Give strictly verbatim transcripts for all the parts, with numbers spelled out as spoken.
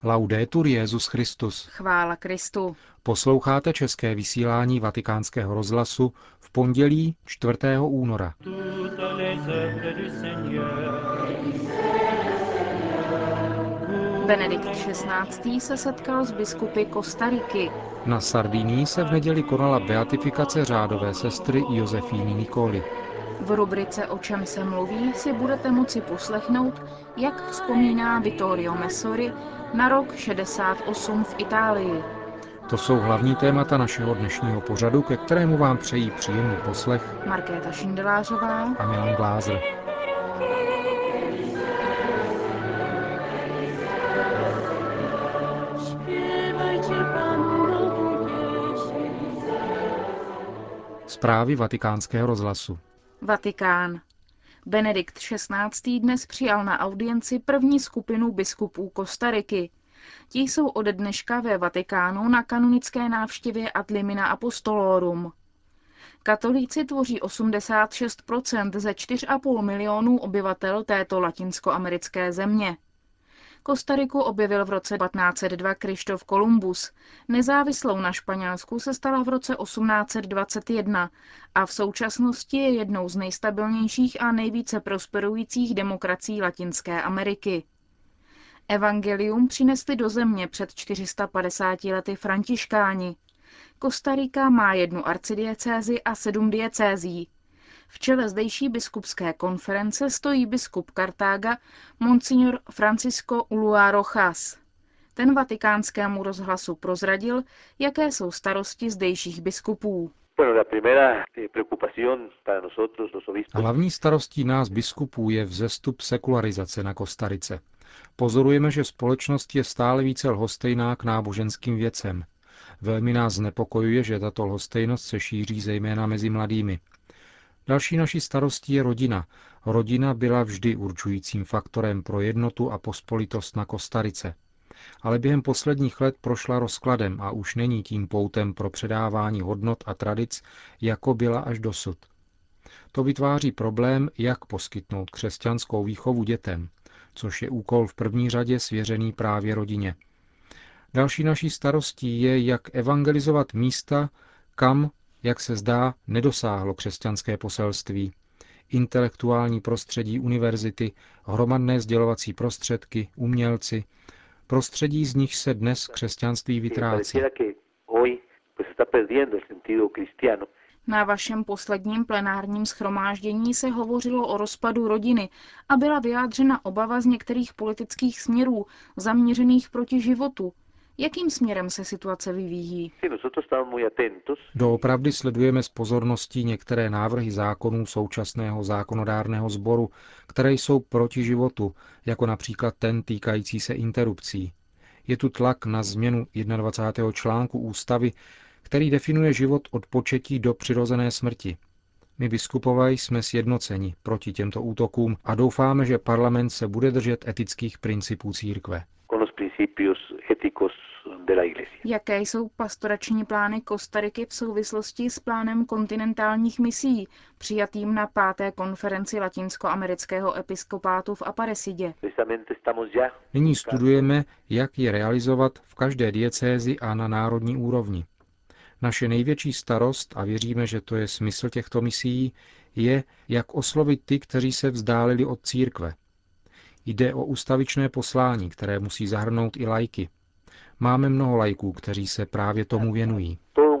Laudetur Jesus Christus. Chvála Kristu. Posloucháte české vysílání Vatikánského rozhlasu v pondělí čtvrtého února. Benedikt šestnáctý. se setkal s biskupy Kostariky. Na Sardinii se v neděli konala beatifikace řádové sestry Josefíny Nicoli. V rubrice O čem se mluví si budete moci poslechnout, jak vzpomíná Vittorio Messori na rok šedesát osm v Itálii. To jsou hlavní témata našeho dnešního pořadu, ke kterému vám přejí příjemný poslech Markéta Šindelářová a Milan Glázer. Zprávy Vatikánského rozhlasu. Vatikán. Benedikt šestnáctý. dnes přijal na audienci první skupinu biskupů Kostariky. Ti jsou ode dneška ve Vatikánu na kanonické návštěvě ad limina apostolorum. Katolíci tvoří osmdesát šest procent ze čtyři a půl milionů obyvatel této latinskoamerické země. Kostariku objevil v roce patnáct set dva Kryštof Kolumbus. Nezávislou na Španělsku se stala v roce osmnáct set dvacet jedna a v současnosti je jednou z nejstabilnějších a nejvíce prosperujících demokracií Latinské Ameriky. Evangelium přinesli do země před čtyři sta padesáti lety františkáni. Kostarika má jednu arcidiecézi a sedm diecézí. V čele zdejší biskupské konference stojí biskup Kartága Monsignor Francisco Ulloa Rojas. Ten Vatikánskému rozhlasu prozradil, jaké jsou starosti zdejších biskupů. Hlavní starostí nás biskupů je vzestup sekularizace na Kostarice. Pozorujeme, že společnost je stále více lhostejná k náboženským věcem. Velmi nás znepokojuje, že tato lhostejnost se šíří zejména mezi mladými. Další naší starostí je rodina. Rodina byla vždy určujícím faktorem pro jednotu a pospolitost na Kostarice. Ale během posledních let prošla rozkladem a už není tím poutem pro předávání hodnot a tradic, jako byla až dosud. To vytváří problém, jak poskytnout křesťanskou výchovu dětem, což je úkol v první řadě svěřený právě rodině. Další naší starostí je, jak evangelizovat místa, kam, jak se zdá, nedosáhlo křesťanské poselství. Intelektuální prostředí univerzity, hromadné sdělovací prostředky, umělci, prostředí, z nich se dnes křesťanství vytrácí. Na vašem posledním plenárním shromáždění se hovořilo o rozpadu rodiny a byla vyjádřena obava z některých politických směrů zaměřených proti životu. Jakým směrem se situace vyvíjí? Doopravdy sledujeme s pozorností některé návrhy zákonů současného zákonodárného sboru, které jsou proti životu, jako například ten týkající se interrupcí. Je tu tlak na změnu dvacátého prvního článku ústavy, který definuje život od početí do přirozené smrti. My biskupové jsme sjednoceni proti těmto útokům a doufáme, že parlament se bude držet etických principů církve. Jaké jsou pastorační plány Kostariky v souvislosti s plánem kontinentálních misií, přijatým na páté konferenci latinskoamerického episkopátu v Aparecidě? Nyní studujeme, jak je realizovat v každé diecézi a na národní úrovni. Naše největší starost, a věříme, že to je smysl těchto misií, je, jak oslovit ty, kteří se vzdálili od církve. Jde o ustavičné poslání, které musí zahrnout i laiky. Máme mnoho laiků, kteří se právě tomu věnují.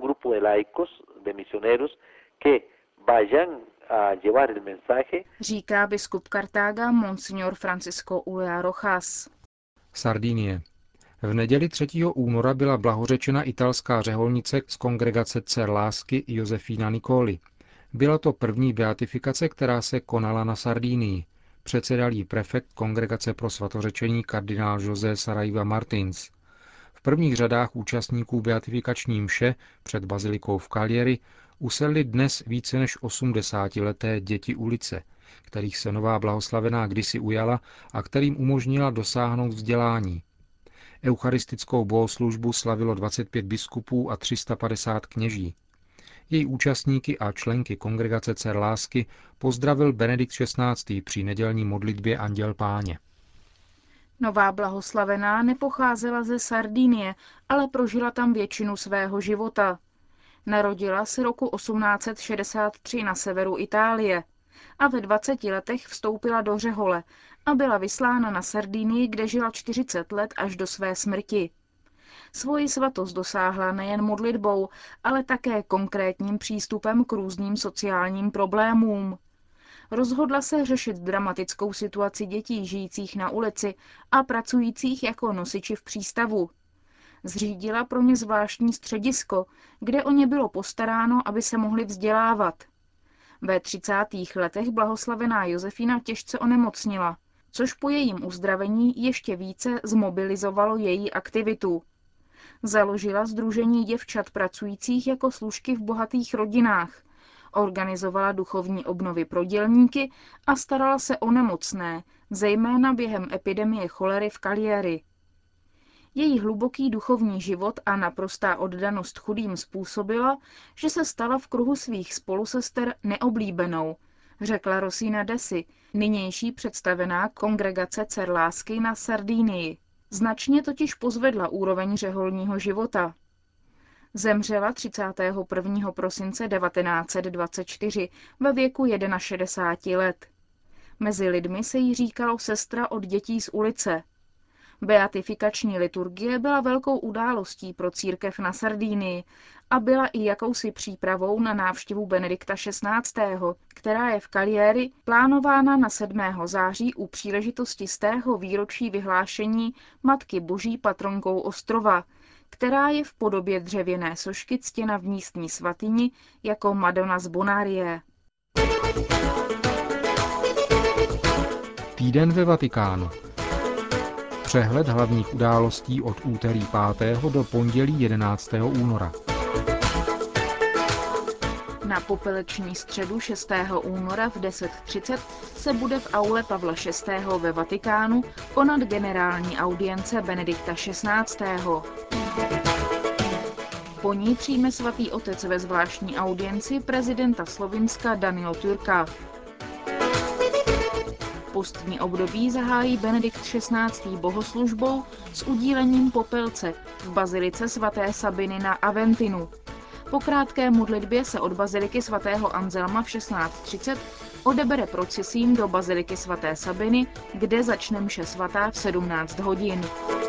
Říká biskup Kartága Monsignor Francisco Ulloa Rojas. Sardinie. V neděli třetího února byla blahořečena italská řeholnice z kongregace Dcer lásky Josefína Nicoli. Byla to první beatifikace, která se konala na Sardinii. Předsedal jí prefekt kongregace pro svatořečení kardinál José Saraiva Martins. V prvních řadách účastníků beatifikační mše před bazilikou v Cagliari usedly dnes více než osmdesátileté děti ulice, kterých se nová blahoslavená kdysi ujala a kterým umožnila dosáhnout vzdělání. Eucharistickou bohoslužbu slavilo dvacet pět biskupů a tři sta padesát kněží. Její účastníky a členky kongregace Dcer lásky pozdravil Benedikt šestnáctý. Při nedělní modlitbě Anděl Páně. Nová blahoslavená nepocházela ze Sardinie, ale prožila tam většinu svého života. Narodila se roku osmnáct set šedesát tři na severu Itálie a ve dvaceti letech vstoupila do řehole a byla vyslána na Sardinii, kde žila čtyřicet let až do své smrti. Svoji svatost dosáhla nejen modlitbou, ale také konkrétním přístupem k různým sociálním problémům. Rozhodla se řešit dramatickou situaci dětí žijících na ulici a pracujících jako nosiči v přístavu. Zřídila pro ně zvláštní středisko, kde o ně bylo postaráno, aby se mohli vzdělávat. Ve třicátých letech blahoslavená Josefina těžce onemocnila, což po jejím uzdravení ještě více zmobilizovalo její aktivitu. Založila sdružení děvčat pracujících jako služky v bohatých rodinách, organizovala duchovní obnovy pro dělníky a starala se o nemocné, zejména během epidemie cholery v Cagliari. Její hluboký duchovní život a naprostá oddanost chudým způsobila, že se stala v kruhu svých spolusester neoblíbenou, řekla Rosina Desi, nynější představená kongregace Dcer lásky na Sardinii. Značně totiž pozvedla úroveň řeholního života. Zemřela třicátého prvního prosince devatenáct set dvacet čtyři ve věku šedesáti jedna let. Mezi lidmi se jí říkalo sestra od dětí z ulice. Beatifikační liturgie byla velkou událostí pro církev na Sardinii a byla i jakousi přípravou na návštěvu Benedikta šestnáctého., která je v Cagliari plánována na sedmého září u příležitosti stého výročí vyhlášení Matky Boží patronkou ostrova, která je v podobě dřevěné sošky ctěna v místní svatyni jako Madonna z Bonarie. Týden ve Vatikánu. Přehled hlavních událostí od úterý pátého do pondělí jedenáctého února. Na popeleční středu šestého února v deset třicet se bude v aule Pavla šestého. Ve Vatikánu konat generální audience Benedikta šestnáctého. Po ní přijme svatý otec ve zvláštní audienci prezidenta Slovinska Daniela Türka. Postní období zahájí Benedikt šestnáctý. bohoslužbou s udílením popelce v bazilice svaté Sabiny na Aventinu. Po krátké modlitbě se od baziliky svatého Anselma v šestnáct třicet odebere procesím do baziliky svaté Sabiny, kde začne mše svatá v sedmnáct hodin.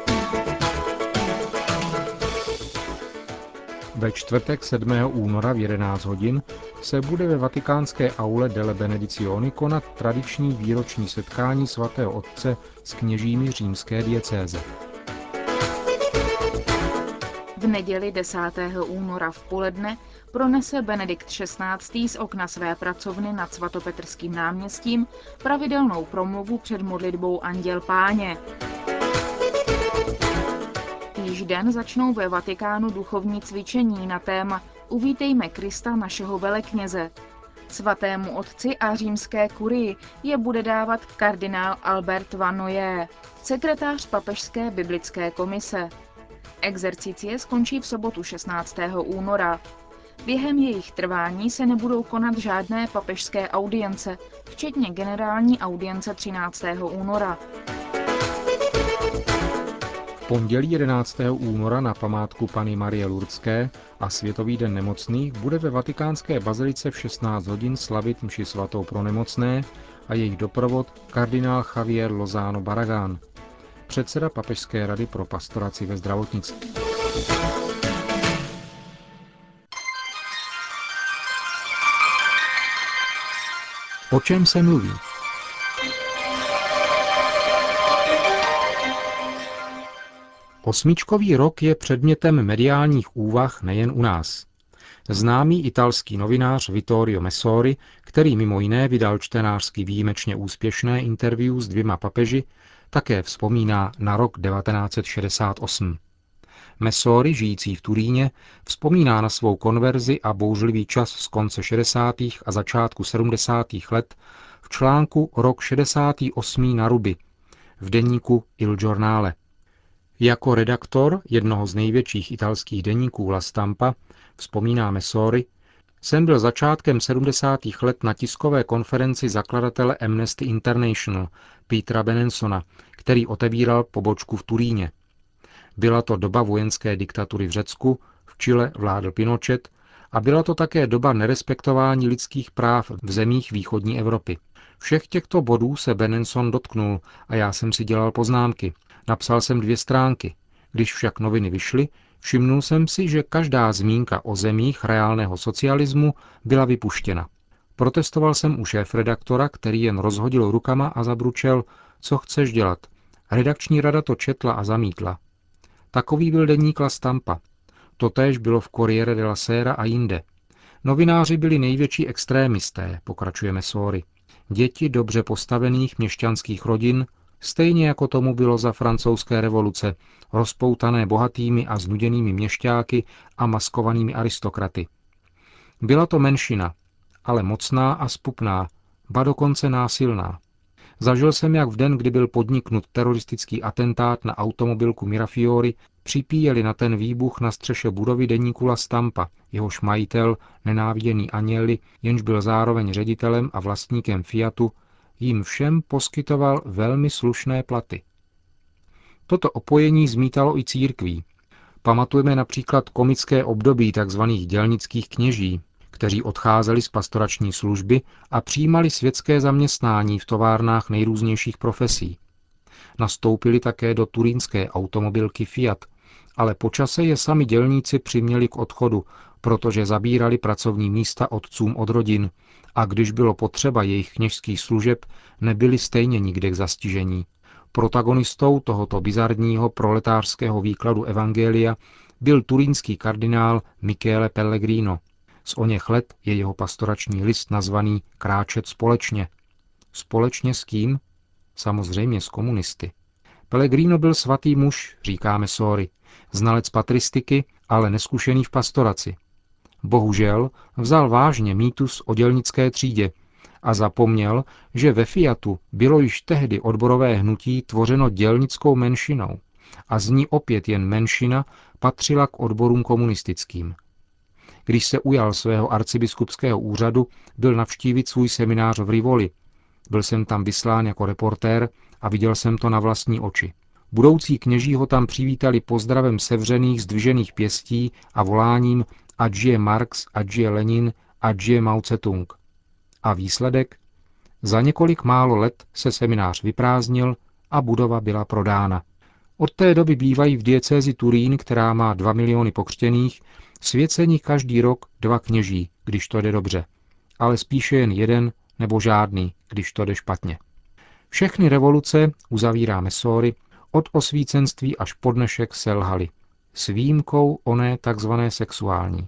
Ve čtvrtek sedmého února v jedenáct hodin se bude ve vatikánské aule Delle Benedizioni konat tradiční výroční setkání svatého otce s kněžími římské diecéze. V neděli desátého února v poledne pronese Benedikt šestnáctý. Z okna své pracovny nad svatopetrským náměstím pravidelnou promluvu před modlitbou Anděl Páně. Týž den začnou ve Vatikánu duchovní cvičení na téma Uvítejme Krista, našeho velekněze. Svatému otci a římské kurii je bude dávat kardinál Albert Vanoyer, sekretář papežské biblické komise. Exercicie skončí v sobotu šestnáctého února. Během jejich trvání se nebudou konat žádné papežské audience, včetně generální audience třináctého února. V pondělí jedenáctého února na památku Panny Marie Lurdské a Světový den nemocných bude ve vatikánské bazilice v šestnáct hodin slavit mši svatou pro nemocné a jejich doprovod kardinál Javier Lozano Barragán, předseda Papežské rady pro pastoraci ve zdravotnictví. O čem se mluví? Osmičkový rok je předmětem mediálních úvah nejen u nás. Známý italský novinář Vittorio Messori, který mimo jiné vydal čtenářsky výjimečně úspěšné interview s dvěma papeži, také vzpomíná na rok devatenáct set šedesát osm. Messori, žijící v Turíně, vzpomíná na svou konverzi a bouřlivý čas z konce šedesátých a začátku sedmdesátých let v článku Rok šedesátý osmý na Ruby v deníku Il Giornale. Jako redaktor jednoho z největších italských deníků La Stampa, vzpomíná Messori, Jsem byl začátkem sedmdesátých let na tiskové konferenci zakladatele Amnesty International Petera Benensona, který otevíral pobočku v Turíně. Byla to doba vojenské diktatury v Řecku, v Chile vládl Pinochet a byla to také doba nerespektování lidských práv v zemích východní Evropy. Všech těchto bodů se Benenson dotknul a já jsem si dělal poznámky. Napsal jsem dvě stránky. Když však noviny vyšly, všimnul jsem si, že každá zmínka o zemích reálného socialismu byla vypuštěna. Protestoval jsem u šéfredaktora, který jen rozhodil rukama a zabručel, co chceš dělat. Redakční rada to četla a zamítla. Takový byl deník La Stampa. Totéž bylo v Corriere della Sera a jinde. Novináři byli největší extrémisté, pokračuje Messori. Děti dobře postavených měšťanských rodin, stejně jako tomu bylo za francouzské revoluce, rozpoutané bohatými a znuděnými měšťáky a maskovanými aristokraty. Byla to menšina, ale mocná a zpupná, ba dokonce násilná. Zažil jsem, jak v den, kdy byl podniknut teroristický atentát na automobilku Mirafiori, připíjeli na ten výbuch na střeše budovy deníku La Stampa, jehož majitel, nenáviděný Agnelli, jenž byl zároveň ředitelem a vlastníkem Fiatu, jim všem poskytoval velmi slušné platy. Toto opojení zmítalo i církví. Pamatujeme například komické období tzv. Dělnických kněží, kteří odcházeli z pastorační služby a přijímali světské zaměstnání v továrnách nejrůznějších profesí. Nastoupili také do turínské automobilky Fiat, ale po čase je sami dělníci přiměli k odchodu, protože zabírali pracovní místa otcům od rodin a když bylo potřeba jejich kněžských služeb, nebyli stejně nikde k zastižení. Protagonistou tohoto bizarního proletářského výkladu evangelia byl turínský kardinál Michele Pellegrino. Z oněch let je jeho pastorační list nazvaný Kráčet společně. Společně s kým? Samozřejmě s komunisty. Pellegrino byl svatý muž, říká Messori, znalec patristiky, ale neskušený v pastoraci. Bohužel vzal vážně mýtus o dělnické třídě a zapomněl, že ve Fiatu bylo již tehdy odborové hnutí tvořeno dělnickou menšinou a z ní opět jen menšina patřila k odborům komunistickým. Když se ujal svého arcibiskupského úřadu, byl navštívit svůj seminář v Rivoli. Byl jsem tam vyslán jako reportér a viděl jsem to na vlastní oči. Budoucí kněží ho tam přivítali pozdravem sevřených zdvižených pěstí a voláním ať žije Marx, ať žije Lenin, ať žije Mao Tse-tung. A výsledek? Za několik málo let se seminář vyprázdnil a budova byla prodána. Od té doby bývají v diecézi Turín, která má dva miliony pokřtěných, svěcení každý rok dva kněží, když to jde dobře, ale spíše jen jeden nebo žádný, když to jde špatně. Všechny revoluce, uzavírá Messori, od osvícenství až po dnešek selhaly, s výjimkou oné takzvané sexuální.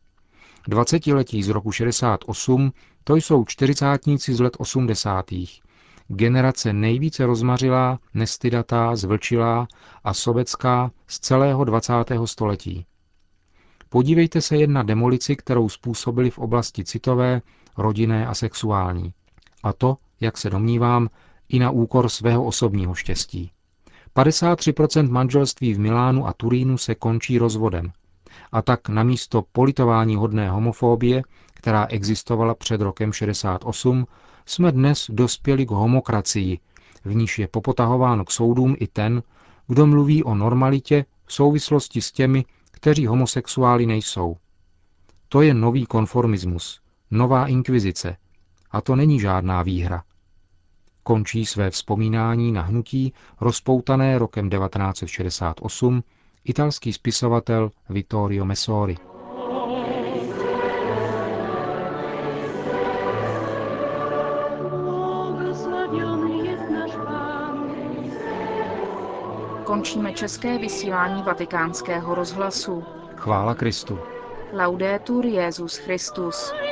Dvacetiletí z roku šedesát osm, to jsou čtyřicátníci z let osmdesátých. Generace nejvíce rozmařilá, nestydatá, zvlčilá a sobecká z celého dvacátého století. Podívejte se jen na demolici, kterou způsobili v oblasti citové, rodinné a sexuální. A to, jak se domnívám, i na úkor svého osobního štěstí. padesát tři procent manželství v Milánu a Turínu se končí rozvodem. A tak namísto politování hodné homofobie, která existovala před rokem šedesát osm, jsme dnes dospěli k homokracii, v níž je popotahován k soudům i ten, kdo mluví o normalitě v souvislosti s těmi, kteří homosexuáli nejsou. To je nový konformismus, nová inkvizice. A to není žádná výhra. Končí své vzpomínání na hnutí rozpoutané rokem devatenáct set šedesát osm italský spisovatel Vittorio Messori. Končíme české vysílání Vatikánského rozhlasu. Chvála Kristu. Laudetur Jesus Christus.